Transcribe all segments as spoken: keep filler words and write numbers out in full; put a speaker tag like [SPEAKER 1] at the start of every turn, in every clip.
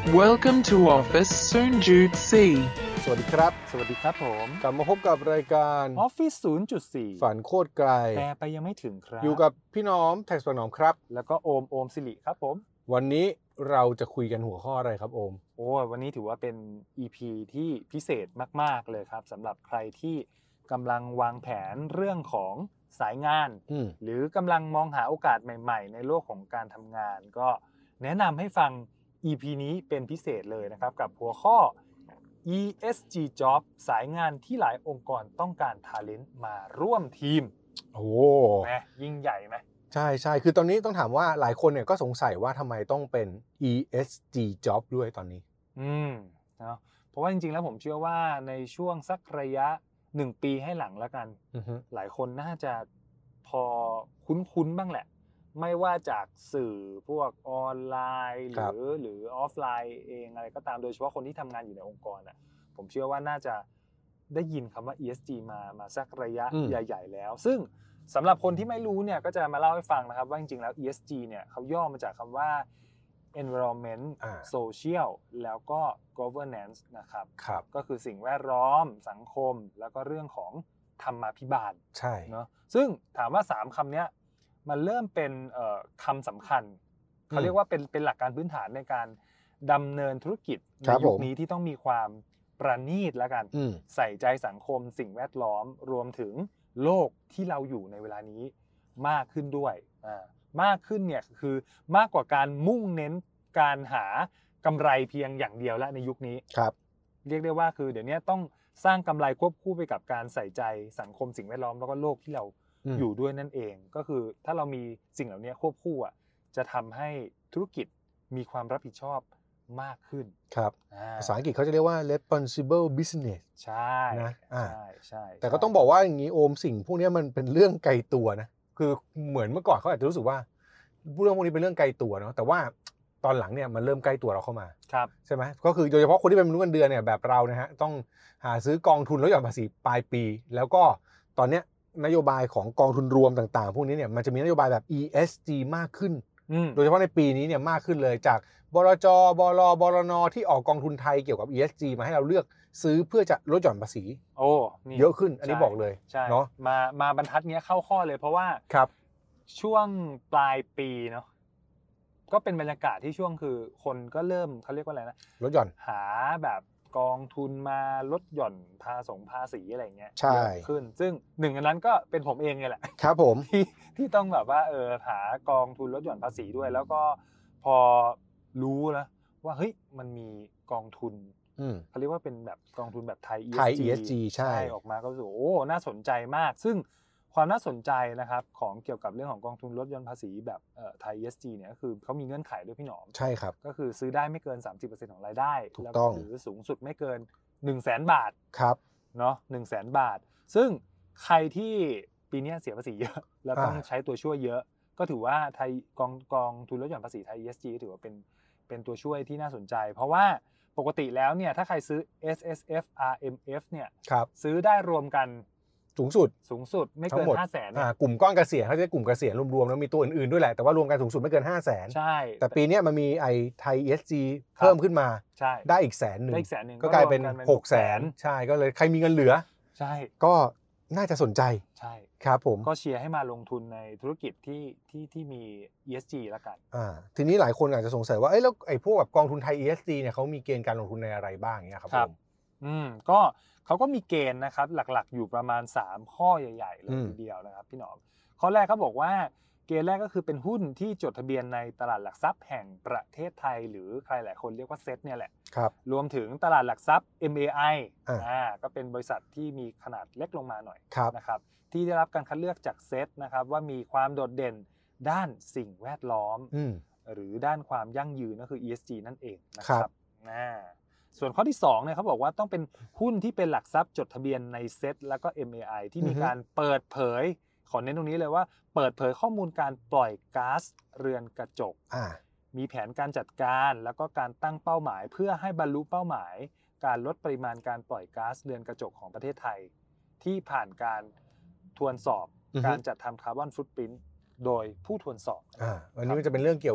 [SPEAKER 1] Welcome to Office Soon Jude C
[SPEAKER 2] สวัสดีครับ
[SPEAKER 3] สวัสดีครับผม
[SPEAKER 2] กลับมาพบกับรายการ
[SPEAKER 3] Office ศูนย์จุดสี่
[SPEAKER 2] ฝันโคตรไกล
[SPEAKER 3] แต่ไปยังไม่ถึงครับ
[SPEAKER 2] อยู่กับพี่น้องแท็กซ์ปนอมครับ
[SPEAKER 3] แล้วก็โอมโอมสิริครับผม
[SPEAKER 2] วันนี้เราจะคุยกันหัวข้ออะไรครับโอม
[SPEAKER 3] โอ้วันนี้ถือว่าเป็น อี พี ที่พิเศษมากๆเลยครับสำหรับใครที่กำลังวางแผนเรื่องของสายงานหรือกำลังมองหาโอกาสใหม่ๆในโลกของการทำงานก็แนะนำให้ฟัง อี พี นี้เป็นพิเศษเลยนะครับกับหัวข้อ อี เอส จี Job สายงานที่หลายองค์กรต้องการ talent มาร่วมทีม
[SPEAKER 2] โอ้
[SPEAKER 3] แหมยิ่งใหญ่ไหม
[SPEAKER 2] ใช่ใช่คือตอนนี้ต้องถามว่าหลายคนเนี่ยก็สงสัยว่าทำไมต้องเป็น อี เอส จี Job ด้วยตอนนี้
[SPEAKER 3] อืมเนาะเพราะว่าจริงๆแล้วผมเชื่อว่าในช่วงสักระยะหนึ่งปีให้หลังแล้วกัน
[SPEAKER 2] uh-huh.
[SPEAKER 3] หลายคนน่าจะพอคุ้นๆบ้างแหละไม่ว่าจากสื่อพวกออนไลน์หรือหรือออฟไลน์เองอะไรก็ตามโดยเฉพาะคนที่ทำงานอยู่ในองค์กรอ่ะผมเชื่อว่าน่าจะได้ยินคำว่า อี เอส จี มามาสักระยะใหญ่ๆแล้วซึ่งสำหรับคนที่ไม่รู้เนี่ยก็จะมาเล่าให้ฟังนะครับว่าจริงๆแล้ว อี เอส จี เนี่ยเขาย่อมาจากคำว่า environment social แล้วก็ governance นะครับก็คือสิ่งแวดล้อมสังคมแล้วก็เรื่องของธรรมาภิบาล
[SPEAKER 2] ใช่
[SPEAKER 3] เนาะซึ่งถามว่าสามคำนี้มันเริ่มเป็นคำสำคัญเขาเรียกว่าเป็นเป็นหลักการพื้นฐานในการดำเนินธุรกิจในยุคนี้ที่ต้องมีความประณีตแล้วกันใส่ใจสังคมสิ่งแวดล้อมรวมถึงโลกที่เราอยู่ในเวลานี้มากขึ้นด้วยอ่ามากขึ้นเนี่ยคือมากกว่าการมุ่งเน้นการหากำไรเพียงอย่างเดียวและในยุคนี้
[SPEAKER 2] ครับ
[SPEAKER 3] เรียกได้ว่าคือเดี๋ยวนี้ต้องสร้างกำไรควบคู่ไปกับการใส่ใจสังคมสิ่งแวดล้อมแล้วก็โลกที่เราอยู่ด้วยนั่นเองก็คือถ้าเรามีสิ่งเหล่านี้ควบคู่อ่ะจะทำให้ธุรกิจมีความรับผิดชอบมากขึ้น
[SPEAKER 2] ครับภาษาอังกฤษเขาจะเรียกว่า responsible business
[SPEAKER 3] ใช่
[SPEAKER 2] นะ
[SPEAKER 3] ใช่ใช่
[SPEAKER 2] แต่ก็ต้องบอกว่าอย่างนี้โอมสิ่งพวกนี้มันเป็นเรื่องไกลตัวนะคือเหมือนเมื่อก่อนเขาอาจจะรู้สึกว่าเรื่องพวกนี้เป็นเรื่องไกลตัวเนาะแต่ว่าตอนหลังเนี่ยมันเริ่มใกล้ตัวเราเข้ามาใช่ไหมก็คือโดยเฉพาะคนที่เป็นมนุษย์เงินเดือนเนี่ยแบบเรานะฮะต้องหาซื้อกองทุนลดหย่อนภาษีปลายปีแล้วก็ตอนเนี้ยนโยบายของกองทุนรวมต่างๆพวกนี้เนี่ยมันจะมีนโยบายแบบ อี เอส จี มากขึ้นโดยเฉพาะในปีนี้เนี่ยมากขึ้นเลยจากบลจ.บล.บลน.ที่ออกกองทุนไทยเกี่ยวกับ อี เอส จี มาให้เราเลือกซื้อเพื่อจะลดหย่อนภาษี
[SPEAKER 3] โอ้
[SPEAKER 2] เยอะขึ้นอันนี้บอกเลยเนาะ
[SPEAKER 3] มามาบรรทัดนี้เข้าข้อเลยเพราะว่า
[SPEAKER 2] ครับ
[SPEAKER 3] ช่วงปลายปีเนาะก็เป็นบรรยากาศที่ช่วงคือคนก็เริ่มเขาเรียกว่าอะไรนะ
[SPEAKER 2] ลดหย่อน
[SPEAKER 3] หาแบบกองทุนมาลดหย่อนภาษีภาษีอะไรเงี้ย
[SPEAKER 2] เย
[SPEAKER 3] อะขึ้นซึ่งหนึ่งในนั้นก็เป็นผมเองไงแหละ
[SPEAKER 2] ครับผม
[SPEAKER 3] ที่ที่ต้องแบบว่าเออหากองทุนลดหย่อนภาษีด้วยแล้วก็พอรู้นะว่าเฮ้ยมันมีกองทุนเขาเรียกว่าเป็นแบบกองทุนแบบไทย อี
[SPEAKER 2] เอส จี ใช่
[SPEAKER 3] ออกมาก็รู้สึกโอ้น่าสนใจมากซึ่งความน่าสนใจนะครับของเกี่ยวกับเรื่องของกองทุนลดหย่อนภาษีแบบเอ่อไทย อี เอส จี เนี่ยก็คือเขามีเงื่อนไขด้วยพี่หนอม
[SPEAKER 2] ใช่ครับ
[SPEAKER 3] ก็คือซื้อได้ไม่เกิน สามสิบเปอร์เซ็นต์ ของรายได้
[SPEAKER 2] แล้วก็
[SPEAKER 3] หรือสูงสุดไม่เกิน หนึ่งแสน บาท
[SPEAKER 2] ครับ
[SPEAKER 3] เนาะ หนึ่งแสน บาทซึ่งใครที่ปีนี้เสียภาษีเยอะแล้วต้องใช้ตัวช่วยเยอะก็ถือว่าไทยกองกองทุนลดหย่อนภาษีไทย อี เอส จี ถือว่าเป็นเป็นตัวช่วยที่น่าสนใจเพราะว่าปกติแล้วเนี่ยถ้าใครซื้อ เอส เอส เอฟ อาร์ เอ็ม เอฟ เนี่ยซื้อได้รวมกัน
[SPEAKER 2] สูงสุด
[SPEAKER 3] สูงสุดไม่เกิน ห้าแสน
[SPEAKER 2] อ่ากลุ่มก้อนเกษียณเขาจะกลุ่มเกษียณรวมๆแล้วมีตัวอื่นๆด้วยแหละแต่ว่ารวมกันสูงสุดไม่เกิน ห้าแสน
[SPEAKER 3] ใช่
[SPEAKER 2] แต่ปีนี้มันมีไอ้ไทย อี เอส จี เพิ่มขึ้นมา
[SPEAKER 3] ใช่
[SPEAKER 2] ได้อีกแสนนึง
[SPEAKER 3] ได้อีกแสนนึง
[SPEAKER 2] ก็กลายเป็น หกแสน ใช่ก็เลยใครมีเงินเหลือ
[SPEAKER 3] ใช่
[SPEAKER 2] ก็น่าจะสนใจ
[SPEAKER 3] ใช่
[SPEAKER 2] ครับผม
[SPEAKER 3] ก็เชียร์ให้มาลงทุนในธุรกิจที่ที่ที่มี อี เอส จี ละกัน
[SPEAKER 2] อ่าทีนี้หลายคนอาจจะสงสัยว่าเอ้ยแล้วไอ้พวกแบบกองทุนไทย อี เอส จี เนี่ยเขามีเกณฑ์การลงทุนในอะไรบ้างเนี่ยครับผม
[SPEAKER 3] อืมก็เขาก็มีเกณฑ์นะครับหลักๆอยู่ประมาณสามข้อใหญ่ๆเลยทีเดียวนะครับพี่หนอมข้อแรกเขาบอกว่าเกณฑ์แรกก็คือเป็นหุ้นที่จดทะเบียนในตลาดหลักทรัพย์แห่งประเทศไทยหรือใครหลายคนเรียกว่าเซ็ตเนี่ยแหละ
[SPEAKER 2] ครับ
[SPEAKER 3] รวมถึงตลาดหลักทรัพย์ เอ็ม เอ ไอ อ่าก็เป็นบริษัทที่มีขนาดเล็กลงมาหน่อยนะครับที่ได้รับการคัดเลือกจากเซ็ตนะครับว่ามีความโดดเด่นด้านสิ่งแวดล้อมหรือด้านความยั่งยืนก็คือ อี เอส จี นั่นเองนะครับอ่าส่วนข้อที่สองเนี่ยเขาบอกว่าต้องเป็นหุ้นที่เป็นหลักทรัพย์จดทะเบียนในเซ็ตแล้วก็ เอ็ม เอ ไอ ที่มีการเปิดเผยขอเน้นตรงนี้เลยว่าเปิดเผยข้อมูลการปล่อยก๊าซเรือนกระจกมีแผนการจัดการแล้วก็การตั้งเป้าหมายเพื่อให้บรรลุเป้าหมายการลดปริมาณการปล่อยก๊าซเรือนกระจกของประเทศไทยที่ผ่านการทวนสอบการจัดทำคาร์บอนฟุตพริ้นท์โดยผู้ทวนสอบ
[SPEAKER 2] อ่าวันนี้มันจะเป็นเรื่องเกี่ยวกับ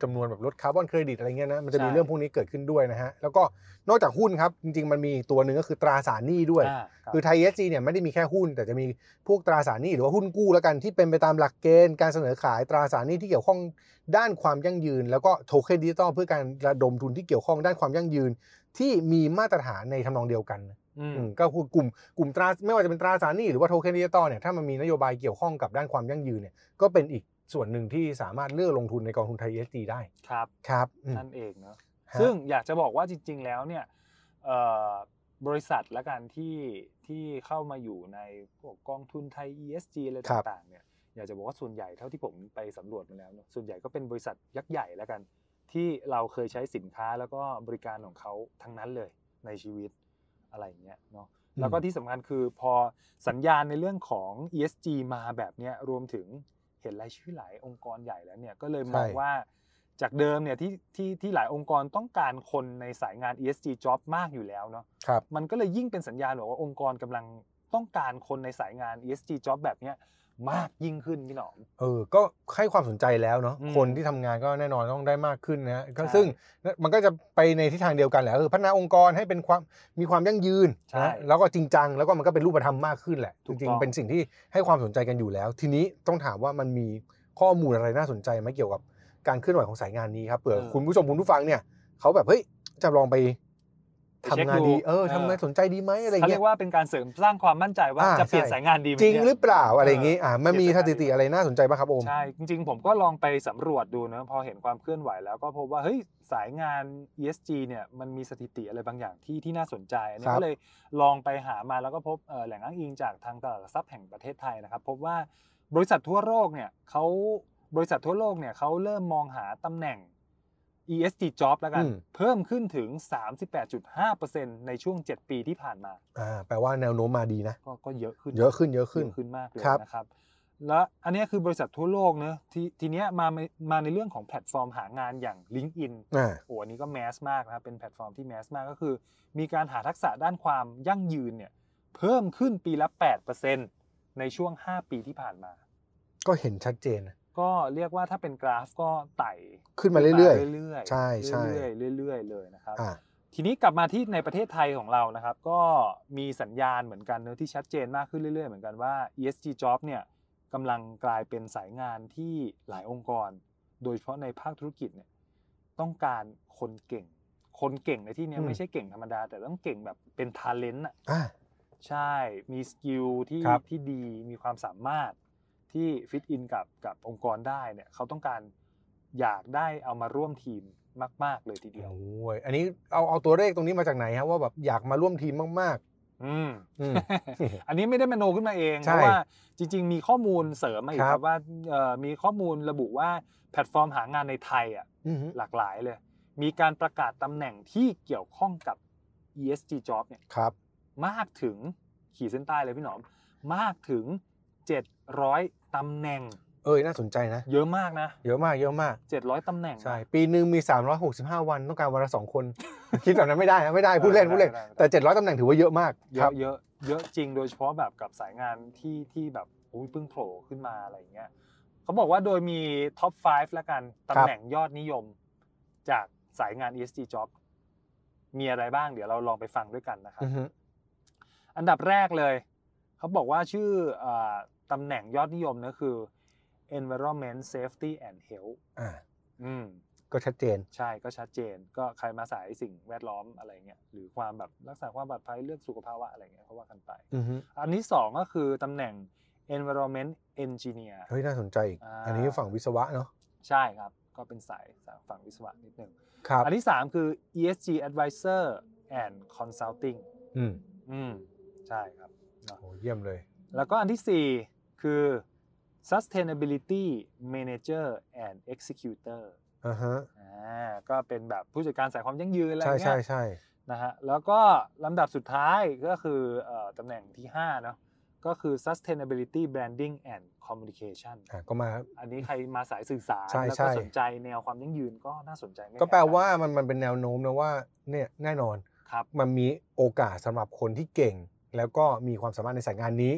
[SPEAKER 2] จำนวนแบบลดคาร์บอนเครดิตอะไรเงี้ยนะมันจะมีเรื่องพวกนี้เกิดขึ้นด้วยนะฮะแล้วก็นอกจากหุ้นครับจริงๆมันมีตัวหนึ่งก็คือตราสารหนี้ด้วยคือไทย อี เอส จี เนี่ยไม่ได้มีแค่หุ้นแต่จะมีพวกตราสารหนี้หรือว่าหุ้นกู้แล้วกันที่เป็นไปตามหลักเกณฑ์การเสนอขายตราสารหนี้ที่เกี่ยวข้องด้านความยั่งยืนแล้วก็โทเค็นดิจิตอลเพื่อการระดมทุนที่เกี่ยวข้องด้านความยั่งยืนที่มีมาตรฐานในทำนองเดียวกันก็คือกลุ่มกลุ่มตราไม่ว่าจะเป็นตราสารหนี้หรือว่าโทเค็นดิจิตอลเนี่ยถ้ามันมีนโยบายเกี่ยวข้องกับด้านความยั่งยืนเนี่ยก็เป็นอีกส่วนหนึ่งที่สามารถเลือกลงทุนในกองทุนไทย อี เอส จี ได้
[SPEAKER 3] ครับ
[SPEAKER 2] ครับ
[SPEAKER 3] นั่นเองเนาะซึ่งอยากจะบอกว่าจริงๆแล้วเนี่ยบริษัทและกันที่ที่เข้ามาอยู่ในพวกกองทุนไทย อี เอส จี อะไรต่างๆเนี่ยอยากจะบอกว่าส่วนใหญ่เท่าที่ผมไปสำรวจมาแล้วเนาะส่วนใหญ่ก็เป็นบริษัทยักษ์ใหญ่แล้วกันที่เราเคยใช้สินค้าแล้วก็บริการของเขาทั้งนั้นเลยในชีวิตอะไรอย่างเงี้ยเนาะแล้วก็ที่สำคัญคือพอสัญญาณในเรื่องของ อี เอส จี มาแบบเนี้ยรวมถึงเห็นรายชื่อหลายองค์กรใหญ่แล้วเนี่ยก็เลยมองว่าจากเดิมเนี่ยที่ที่ที่หลายองค์กรต้องการคนในสายงาน อี เอส จี job มากอยู่แล้วเนาะมันก็เลยยิ่งเป็นสัญญาณว่าองค์กรกำลังต้องการคนในสายงาน อี เอส จี job แบบเนี้ยมากยิ่งขึ้นพี่หนอม
[SPEAKER 2] เออก็ให้ความสนใจแล้วเนาะคนที่ทำงานก็แน่นอนต้องได้มากขึ้นนะก็ซึ่งมันก็จะไปในทิศทางเดียวกันแหละคือพัฒนาองค์กรให้เป็นความมีความยั่งยืนนะแล้วก็จริงจังแล้วก็มันก็เป็นรูปธรรมมากขึ้นแหละจริงๆเป็นสิ่งที่ให้ความสนใจกันอยู่แล้วทีนี้ต้องถามว่ามันมีข้อมูลอะไรน่าสนใจไหมเกี่ยวกับการเคลื่อนไหวของสายงานนี้ครับเผื่อคุณผู้ชมคุณผู้ฟังเนี่ยเขาแบบเฮ้ยจะลองไปทำงานดีเออทำงานสนใจดีไหมอะไรเงี้ยเขา
[SPEAKER 3] เรียกว่าเป็นการเสริมสร้างความมั่นใจว่าจะเปลี่ยนสายงานดีไหม
[SPEAKER 2] จริงหรือเปล่าอะไรอย่างงี้อ่ามันมีสถิติอะไรน่าสนใจบ้างครับโอม
[SPEAKER 3] ใช่จริงๆผมก็ลองไปสำรวจดูนะพอเห็นความเคลื่อนไหวแล้วก็พบว่าเฮ้ยสายงาน อี เอส จี เนี่ยมันมีสถิติอะไรบางอย่างที่ที่น่าสนใจอันนี้ก็เลยลองไปหามาแล้วก็พบแหล่งอ้างอิงจากทางตลาดหลักทรัพย์แห่งประเทศไทยนะครับพบว่าบริษัททั่วโลกเนี่ยเขาบริษัททั่วโลกเนี่ยเขาเริ่มมองหาตำแหน่งอี เอส จี job แล้วกันเพิ่มขึ้นถึง สามสิบแปดจุดห้าเปอร์เซ็นต์ ในช่วงเจ็ดปีที่ผ่านมา
[SPEAKER 2] อ่าแปลว่าแนวโน้มมาดีนะ
[SPEAKER 3] ก็ก็เยอะขึ้น
[SPEAKER 2] เยอะขึ้นเยอะขึ้น
[SPEAKER 3] ขึ้นมากเลยนะครับแล้วอันนี้คือบริษัททั่วโลกเนอะทีทีเนี้ยมามาในเรื่องของแพลตฟอร์มหางานอย่าง LinkedIn
[SPEAKER 2] อ่า
[SPEAKER 3] โอ้อันนี้ก็แมสมากนะครับเป็นแพลตฟอร์มที่แมสมากก็คือมีการหาทักษะด้านความยั่งยืนเนี่ยเพิ่มขึ้นปีละ แปดเปอร์เซ็นต์ ในช่วงห้าปีที่ผ่านมา
[SPEAKER 2] ก็เห็นชัดเจน
[SPEAKER 3] ก็เรียกว่าถ้าเป็นกราฟก็ไต่
[SPEAKER 2] ขึ้นมาเรื่อย
[SPEAKER 3] ๆเรื่อยๆ
[SPEAKER 2] ใช่ใช่
[SPEAKER 3] เรื่อยๆเรื่อยๆเลยนะครับทีนี้กลับมาที่ในประเทศไทยของเรานะครับก็มีสัญญาณเหมือนกันเนอะที่ชัดเจนมากขึ้นเรื่อยๆเหมือนกันว่า อี เอส จี job เนี่ยกำลังกลายเป็นสายงานที่หลายองค์กรโดยเฉพาะในภาคธุรกิจเนี่ยต้องการคนเก่งคนเก่งในที่นี้ไม่ใช่เก่งธรรมดาแต่ต้องเก่งแบบเป็น talent อ่ะใช่มีสกิลที่ที่ดีมีความสามารถที่ฟิตอินกับกับองค์กรได้เนี่ยเขาต้องการอยากได้เอามาร่วมทีมมากๆเลยทีเดียว
[SPEAKER 2] โอ้ยอันนี้เอาเอาตัวเลขตรงนี้มาจากไหนครับว่าแบบอยากมาร่วมทีมมาก
[SPEAKER 3] ๆอืม อันนี้ไม่ได้มโนขึ้นมาเองเพราะว่าจริงๆมีข้อมูลเสริมมาอีกครับว่ามีข้อมูลระบุว่าแพลตฟอร์มหางานในไทยอ่ะหลากหลายเลยมีการประกาศตำแหน่งที่เกี่ยวข้องกับ อี เอส จี job เนี่ยมากถึงขีดเส้นใต้เลยพี่หนอมมากถึงเจ็ดร้อยตำแหน่ง
[SPEAKER 2] เอ้ยน่าสนใจนะ
[SPEAKER 3] เยอะมากนะ
[SPEAKER 2] เยอะมากเยอะมาก
[SPEAKER 3] เจ็ดร้อยตำแหน่ง
[SPEAKER 2] ใช่ปีนึงมีสามร้อยหกสิบห้าวันต้องการวันละสองคน คิดแบบนั้นไม่ได้นะไม่ได้พูดเล่นพูดเล่นแต่เจ็ดร้อยตำแหน่งถือว่าเยอะมาก
[SPEAKER 3] เยอะเยอะเยอะจริงโดยเฉพาะแบบกับสายงานที่ที่แบบอุ้ยเพิ่งโผล่ขึ้นมาอะไรอย่างเงี้ยเขาบอกว่าโดยมีท็อปห้าละกันตำแหน่งยอดนิยมจากสายงาน อี เอส จี job มีอะไรบ้างเดี๋ยวเราลองไปฟังด้วยกันนะครับอันดับแรกเลยเขาบอกว่าชื่อตำแหน่งยอดนิยมนะคือ environment safety and health
[SPEAKER 2] อ่า
[SPEAKER 3] อืม
[SPEAKER 2] ก็ชัดเจน
[SPEAKER 3] ใช่ก็ชัดเจนก็ใครมาสายสิ่งแวดล้อมอะไรเงี้ยหรือความแบบรักษาความปลอดภัยเรื่องสุขภาวะอะไรเงี้ยเขาว่ากันไปอันที่สองก็คือตำแหน่ง environment engineer
[SPEAKER 2] เฮ้ยน่าสนใจอีก อ, อันนี้ฝั่งวิศวะเนาะ
[SPEAKER 3] ใช่ครับก็เป็นสายฝั่งวิศวะนิดนึง
[SPEAKER 2] ครับ
[SPEAKER 3] อันที่สามคือ อี เอส จี advisor and consulting
[SPEAKER 2] อืม
[SPEAKER 3] อืมใช่ครับ
[SPEAKER 2] โอ้เยี่ยมเลย
[SPEAKER 3] แล้วก็อันที่สี่คือ sustainability manager and executor
[SPEAKER 2] อ่าฮะ
[SPEAKER 3] อ่าก็เป็นแบบผู้จัดการสายความยั่งยืนอะไรเงี้ย
[SPEAKER 2] ใช่ใช่
[SPEAKER 3] นะฮะแล้วก็ลำดับสุดท้ายก็คือเอ่อตำแหน่งที่ห้าเนาะก็คือ sustainability branding and communication
[SPEAKER 2] อ่าก็มา
[SPEAKER 3] อันนี้ใครมาสายสื่อสารแล้วก็สนใจแนวความยั่งยืนก็น่าสนใจไม่
[SPEAKER 2] ก็แปลว่ามันมันเป็นแนวโน้มนะว่าเนี่ยแน่นอน
[SPEAKER 3] ครับ
[SPEAKER 2] มันมีโอกาสสำหรับคนที่เก่งแล้วก็มีความสามารถในสายงานนี้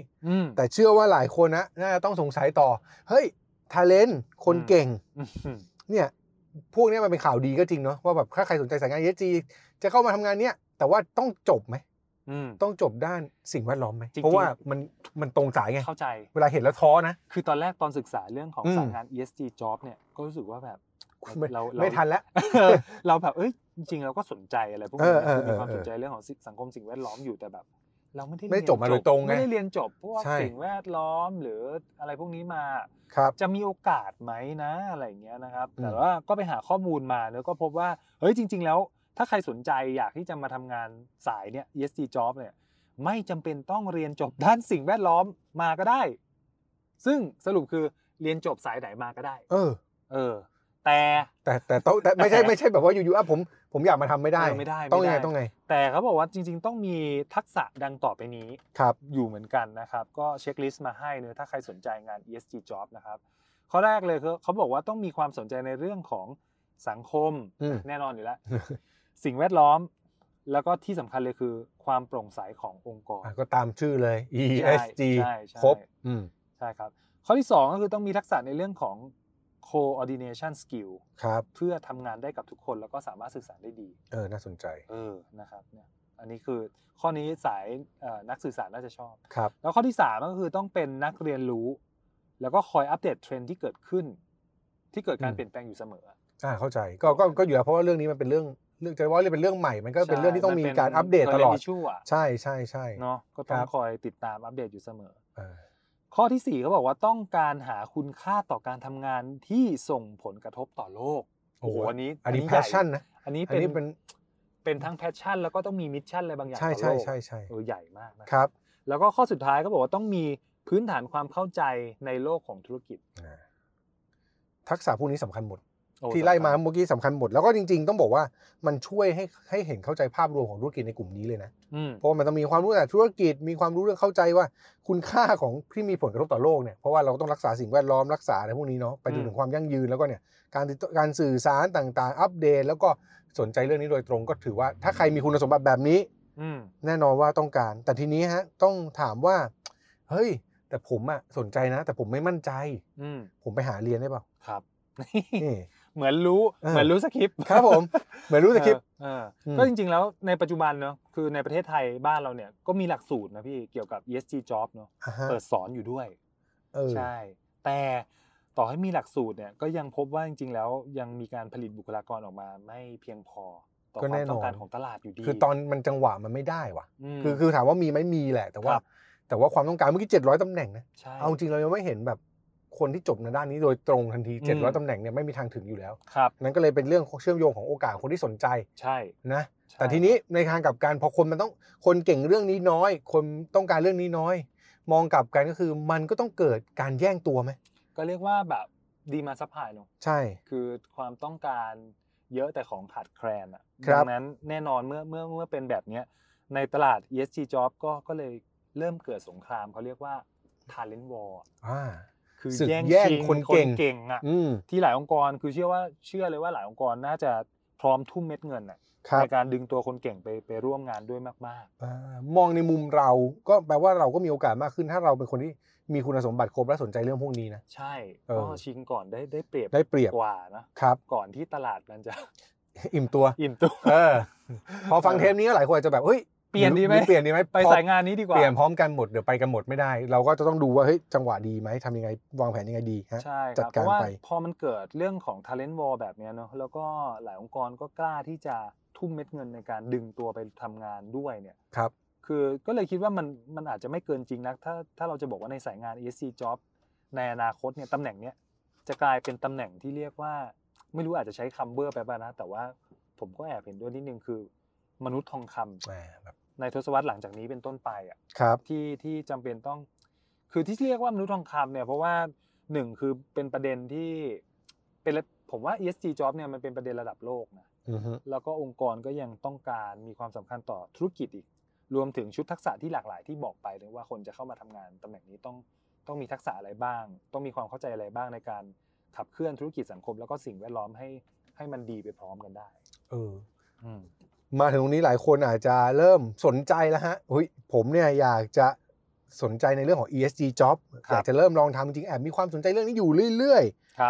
[SPEAKER 2] แต่เชื่อว่าหลายคนนะน่าจะต้องสงสัยต่อเฮ้ย talent คนเก่งเนี่ยพวกนี้มันเป็นข่าวดีก็จริงเนาะว่าแบบถ้าใครสนใจสายงาน อี เอส จี จะเข้ามาทำงานเนี้ยแต่ว่าต้องจบไหมต้องจบด้านสิ่งแวดล้อมไหมเพราะว่ามันมันตรงสายไง
[SPEAKER 3] เข้าใจ
[SPEAKER 2] เวลาเห็นแล้วท้อนะ
[SPEAKER 3] คือตอนแรกตอนศึกษาเรื่องของสายงาน อี เอส จี Job เนี่ยก็รู้สึกว่าแบบ
[SPEAKER 2] เราไม่ทันแล้ว
[SPEAKER 3] เราแบบเอ้ยจริงๆเราก็สนใจอะไรพวกนี้มีความสนใจเรื่องของสังคมสิ่งแวดล้อมอยู่แต่แบบเราไม่ได้
[SPEAKER 2] ไม่จบมาโดยตรงไง
[SPEAKER 3] ไม่ได้เรียนจบพวกสิ่งแวดล้อมหรืออะไรพวกนี้มาจะมีโอกาสไหมนะอะไรอย่างเงี้ยนะครับแต่ว่าก็ไปหาข้อมูลมาแล้วก็พบว่าเฮ้ยจริงๆแล้วถ้าใครสนใจอยากที่จะมาทำงานสายเนี่ย อี เอส จี Job เนี่ยไม่จำเป็นต้องเรียนจบด้านสิ่งแวดล้อมมาก็ได้ซึ่งสรุปคือเรียนจบสายไหนมาก็ได้
[SPEAKER 2] เออ
[SPEAKER 3] เออแต่
[SPEAKER 2] แต่แต่ต้องแต่ไม่ใช่ไม่ใช่แบบว่าอยู่ๆอ่ะผมผมอยากมาทำไม่ได้
[SPEAKER 3] ไม่ได้
[SPEAKER 2] ต้องยังไงต้องไง
[SPEAKER 3] แต่เขาบอกว่าจริงๆต้องมีทักษะดังต่อไปนี้อยู่เหมือนกันนะครับก็เช็คลิสต์มาให้เนอะถ้าใครสนใจงาน อี เอส จี Job นะครับข้อแรกเลยคือเขาบอกว่าต้องมีความสนใจในเรื่องของสังคมแน่นอนอยู่แล้วสิ่งแวดล้อมแล้วก็ที่สำคัญเลยคือความโปร่งใสขององค์กร
[SPEAKER 2] ก็ตามชื่อเลย อี เอส จี ครบ
[SPEAKER 3] ใช่ครับข้อที่สองก็คือต้องมีทักษะในเรื่องของ coordination skill
[SPEAKER 2] ครับ
[SPEAKER 3] เพื่อทำงานได้กับทุกคนแล้วก็สามารถสื่อสารได้ดี
[SPEAKER 2] เออน่าสนใจ
[SPEAKER 3] เออนะครับเนี่ยอันนี้คือข้อนี้สายนักสื่อสารน่าจะชอบ
[SPEAKER 2] ครับ
[SPEAKER 3] แล้วข้อที่สามก็คือต้องเป็นนักเรียนรู้แล้วก็คอยอัปเดตเทรนด์ที่เกิดขึ้นที่เกิดการเปลี่ยนแปลงอยู่เสมอ
[SPEAKER 2] อ่าเข้าใจก็ก็ก็อยู่แล้วเพราะว่าเรื่องนี้มันเป็นเรื่องเรื่องจะว่าเรื่องเป็นเรื่องใหม่มันก็เป็นเรื่องที่ต้องมีการอัปเดตตลอดใช่ใช่ใช่
[SPEAKER 3] เนาะก็ต้องคอยติดตามอัปเดตอยู่เสมอข้อที่สี่เขาบอกว่าต้องการหาคุณค่าต่อการทำงานที่ส่งผลกระทบต่อโลกโอ้โหอันนี้
[SPEAKER 2] อันนี้แพชชั่นนะ
[SPEAKER 3] อันนี้เป็นเป็นทั้งแพชชั่นแล้วก็ต้องมีมิชชั่นอะไรบางอย่างต่อโลก
[SPEAKER 2] ใช่ใช่ใช่
[SPEAKER 3] เออใหญ่มากนะครับแล้วก็ข้อสุดท้ายก็บอกว่าต้องมีพื้นฐานความเข้าใจในโลกของธุรกิจ
[SPEAKER 2] ทักษะพวกนี้สำคัญหมดที่ไล่มาเมื่อกี้สำคัญหมดแล้วก็จริงๆต้องบอกว่ามันช่วยให้ให้เห็นเข้าใจภาพรวมของธุรกิจในกลุ่มนี้เลยนะเพราะมันต้องมีความรู้แต่ธุรกิจมีความรู้เรื่องเข้าใจว่าคุณค่าของที่มีผลกระทบต่อโลกเนี่ยเพราะว่าเราต้องรักษาสิ่งแวดล้อมรักษาอะไรพวกนี้เนาะไปจนถึงความยั่งยืนแล้วก็เนี่ยการการสื่อสารต่างๆอัปเดตแล้วก็สนใจเรื่องนี้โดยตรงก็ถือว่าถ้าใครมีคุณสมบัติแบบนี้แน่นอนว่าต้องการแต่ทีนี้ฮะต้องถามว่าเฮ้ยแต่ผมอะสนใจนะแต่ผมไม่มั่นใจผมไปหาเรียนได้เปล่า
[SPEAKER 3] ครับเหมือนรู้เหมือนรู้สคริปต์
[SPEAKER 2] ครับผมเหมือนรู้สคริปต์
[SPEAKER 3] ก็จริงๆแล้วในปัจจุบันเนาะคือในประเทศไทยบ้านเราเนี่ยก็มีหลักสูตรนะพี่เกี่ยวกับ อี เอส จี Job เนาะเปิดสอนอยู่ด้วยใช่แต่ต่อให้มีหลักสูตรเนี่ยก็ยังพบว่าจริงๆแล้วยังมีการผลิตบุคลากรออกมาไม่เพียงพอต่อความต้องการของตลาดอยู่ดี
[SPEAKER 2] คือตอนมันจังหวะมันไม่ได้ว่ะคือคือถามว่ามีไหมมีแหละแต่ว่าแต่ว่าความต้องการเมื่อกี้เจ็ดร้อยตำแหน่งนะเอาจริงเรายังไม่เห็นแบบคนที่จบในด้านนี้โดยตรงทันทีเจ็ดร้อยตำแหน่งเนี่ยไม่มีทางถึงอยู่แล้ว
[SPEAKER 3] ครับ
[SPEAKER 2] นั้นก็เลยเป็นเรื่องเชื่อมโยงของโอกาสคนที่สนใจ
[SPEAKER 3] ใช่
[SPEAKER 2] นะแต่ทีนี้ในทางกลับกันพอคนมันต้องคนเก่งเรื่องนี้น้อยคนต้องการเรื่องนี้น้อยมองกลับกันก็คือมันก็ต้องเกิดการแย่งตัวไหม
[SPEAKER 3] ก็เรียกว่าแบบดีมาซัพพลายเนาะ
[SPEAKER 2] ใช่
[SPEAKER 3] คือความต้องการเยอะแต่ของขาดแคลนอ่ะดังนั้นแน่นอนเมื่อเมื่อเมื่อเป็นแบบนี้ในตลาด อี เอส จี Job ก็ก็เลยเริ่มเกิดสงครามเขาเรียกว่า talent war
[SPEAKER 2] อ่า
[SPEAKER 3] คือแย่งชิงคนเก่งอ่ะที่หลายองค์กรคือเชื่อว่าเชื่อเลยว่าหลายองค์กรน่าจะพร้อมทุ่มเม็ดเงินอ่ะในการดึงตัวคนเก่งไปไปร่วมงานด้วยมาก
[SPEAKER 2] ๆมองในมุมเราก็แปลว่าเราก็มีโอกาสมากขึ้นถ้าเราเป็นคนที่มีคุณสมบัติครบและสนใจเรื่องพวกนี้นะ
[SPEAKER 3] ใช่ก็ชิงก่อนได้ได้เปรียบ
[SPEAKER 2] ได้เปรียบ
[SPEAKER 3] กว่านะครับก่อนที่ตลาดมันจะ
[SPEAKER 2] อิ่มตัว
[SPEAKER 3] อิ่มตัว
[SPEAKER 2] เออพอฟังเทปนี้หลายคนจะแบบเฮ้ย
[SPEAKER 3] เปลี่ยนดีไหม
[SPEAKER 2] เปลี่ยนดีไหม
[SPEAKER 3] ไปสายงานนี้ดีกว่า
[SPEAKER 2] เปลี่ยนพร้อมกันหมดเดี๋ยวไปกันหมดไม่ได้เราก็จะต้องดูว่าเฮ้ยจังหวะดีไหมทำยังไงวางแผนยังไงดีฮะ
[SPEAKER 3] จัดการไปพอมันเกิดเรื่องของ talent war แบบนี้เนาะแล้วก็หลายองค์กรก็กล้าที่จะทุ่มเม็ดเงินในการดึงตัวไปทำงานด้วยเนี่ย
[SPEAKER 2] ครับ
[SPEAKER 3] คือก็เลยคิดว่ามันมันอาจจะไม่เกินจริงนักถ้าถ้าเราจะบอกว่าในสายงาน อี เอส ซี Job ในอนาคตเนี่ยตำแหน่งเนี้ยจะกลายเป็นตำแหน่งที่เรียกว่าไม่รู้อาจจะใช้คำเบอร์ไปป่ะนะแต่ว่าผมก็แอบเห็นด้วยนิดนึงคือมนุษย์ทองคำในทศวรรษหลังจากนี้เป็นต้นไปอ่ะที่ที่จำเป็นต้องคือที่เรียกว่ามนุษย์ทองคำเนี่ยเพราะว่าหนึ่งคือเป็นประเด็นที่เป็นผมว่า อี เอส จี Job เนี่ยมันเป็นประเด็นระดับโลกนะแล้วก็องค์กรก็ยังต้องการมีความสำคัญต่อธุรกิจอีกรวมถึงชุดทักษะที่หลากหลายที่บอกไปเลยว่าคนจะเข้ามาทำงานตำแหน่งนี้ต้องต้องมีทักษะอะไรบ้างต้องมีความเข้าใจอะไรบ้างในการขับเคลื่อนธุรกิจสังคมแล้วก็สิ่งแวดล้อมให้ให้มันดีไปพร้อมกันได้
[SPEAKER 2] เออมาถึงตรงนี้หลายคนอาจจะเริ่มสนใจแล้วฮะเฮ้ยผมเนี่ยอยากจะสนใจในเรื่องของ อี เอส จี Job อยากจะเริ่มลองทำจริงแอบมีความสนใจเรื่องนี้อยู่เรื่อย
[SPEAKER 3] ๆครับ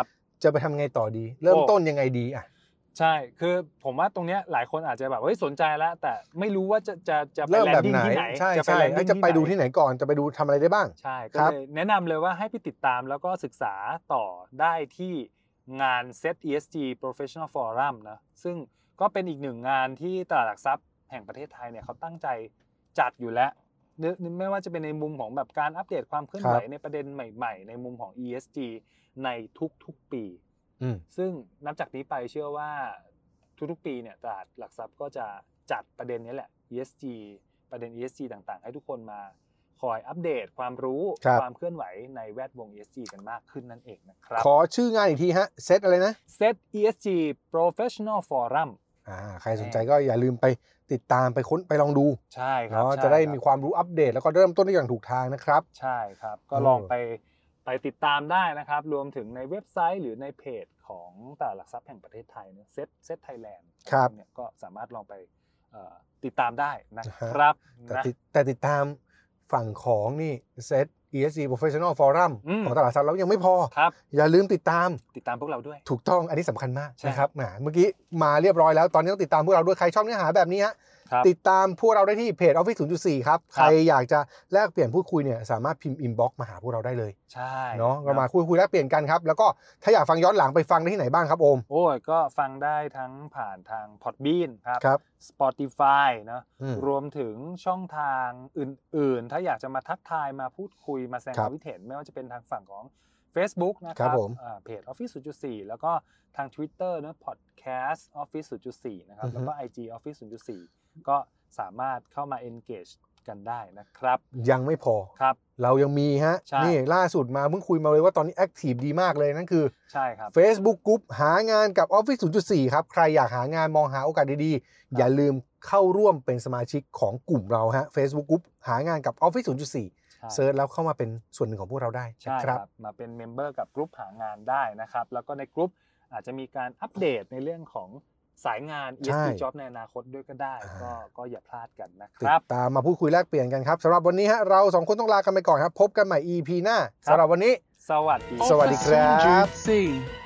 [SPEAKER 2] จะไปทำไงต่อดีเริ่มต้นยังไงดีอ่ะ
[SPEAKER 3] ใช่คือผมว่าตรงเนี้ยหลายคนอาจจะแบบเฮ้ยสนใจแล้วแต่ไม่รู้ว่าจะจะจะไปแลนดิ้งที่ไหน
[SPEAKER 2] ใช่ใช่จะไปดูที่ไหนก่อนจะไปดูทำอะไรได้บ้าง
[SPEAKER 3] ใช่ก็เลยแนะนำเลยว่าให้ไปติดตามแล้วก็ศึกษาต่อได้ที่งาน เซต อี เอส จี Professional Forum นะซึ่งก็เป็นอีกหนึ่งงานที่ตลาดหลักทรัพย์แห่งประเทศไทยเนี่ยเขาตั้งใจจัดอยู่แล้วไม่ว่าจะเป็นในมุมของแบบการอัปเดตความเคลื่อนไหวในประเด็นใหม่ๆในมุมของ อี เอส จี ในทุกๆปีซึ่งนับจากนี้ไปเชื่อว่าทุกๆปีเนี่ยตลาดหลักทรัพย์ก็จะจัดประเด็นนี้แหละ อี เอส จี ประเด็น อี เอส จี ต่างๆให้ทุกคนมาคอยอัปเดตความรู้ความเคลื่อนไหวในแวดวง อี เอส จี กันมากขึ้นนั่นเองนะครับ
[SPEAKER 2] ขอชื่องานอีกทีฮะเซตอะไรนะ
[SPEAKER 3] เซต อี เอส จี Professional Forum
[SPEAKER 2] อ่าใครสนใจก็อย่าลืมไปติดตามไปค้นไปลองดู
[SPEAKER 3] ใช่ครับ
[SPEAKER 2] จะได้มีความรู้อัปเดตแล้วก็เริ่มต้นได้อย่างถูกทางนะครับ
[SPEAKER 3] ใช่ครับก็ลองไปไปติดตามได้นะครับรวมถึงในเว็บไซต์หรือในเพจของตลาดหลักทรัพย์แห่งประเทศไทยเนี่ยเซตเซตไทยแลนด์เนี่ยก็สามารถลองไปติดตามได้นะครับ
[SPEAKER 2] แต่แต่ติดตามฝั่งของนี่เซต อี เอส จี Professional Forum ของตลาดหลักทรัพย์แล้วยังไม่พออย่าลืมติดตาม
[SPEAKER 3] ติดตามพวกเราด้วย
[SPEAKER 2] ถูกต้องอันนี้สำคัญมากนะครับเมื่อกี้มาเรียบร้อยแล้วตอนนี้ต้องติดตามพวกเราด้วยใครชอบเนื้อหาแบบนี้ฮะติดตามพวกเราได้ที่เพจ Office ศูนย์จุดสี่ ครับใครอยากจะแลกเปลี่ยนพูดคุยเนี่ยสามารถพิมพ์ inbox มาหาพวกเราได้เลย
[SPEAKER 3] ใช่
[SPEAKER 2] เนาะเรามาคุยคุยแลกเปลี่ยนกันครับแล้วก็ถ้าอยากฟังย้อนหลังไปฟังได้ที่ไหนบ้างครับโอม
[SPEAKER 3] โอ้ยก็ฟังได้ทั้งผ่านทาง Podbean ครับ
[SPEAKER 2] ครับ
[SPEAKER 3] Spotify นะรวมถึงช่องทางอื่นๆถ้าอยากจะมาทักทายมาพูดคุยมาแสดงความคิดเห็นไม่ว่าจะเป็นทางฝั่งของ Facebook นะครับเพจ Office ศูนย์จุดสี่ แล้วก็ทาง Twitter นะ Podcast Office ศูนย์จุดสี่ นะครับแล้วก็ ไอ จี Office ศูนย์จุดสี่ ก็สามารถเข้ามา engage กันได้นะครับ
[SPEAKER 2] ยังไม่พอ
[SPEAKER 3] ครับ
[SPEAKER 2] เรายังมีฮะนี่ล่าสุดมาเพิ่งคุยมาเลยว่าตอนนี้ active ดีมากเลยนั่นคือ
[SPEAKER 3] ใช่ครับ
[SPEAKER 2] Facebook Group หางานกับ Office ศูนย์จุดสี่ ครับใครอยากหางานมองหาโอกาสดีๆอย่าลืมเข้าร่วมเป็นสมาชิกของกลุ่มเราฮะ Facebook Group หางานกับ Office ศูนย์จุดสี่ เซิร์ชแล้วเข้ามาเป็นส่วนหนึ่งของพวกเราได้
[SPEAKER 3] ใช่ครับมาเป็นเมมเบอร์กับกลุ่มหางานได้นะครับแล้วก็ในกลุ่มอาจจะมีการอัปเดตในเรื่องของสายงาน อี เอส จี Job ในอนาคตด้วยก็ได้ก็ก็อย่าพลาดกันนะครับ
[SPEAKER 2] ตามมาพูดคุยแลกเปลี่ยนกันครับสำหรับวันนี้ฮะเราสองคนต้องลากันไปก่อนครับพบกันใหม่ อี พี หน้าสำหรับวันนี้
[SPEAKER 3] สวัสดี
[SPEAKER 2] สวัสดีครับ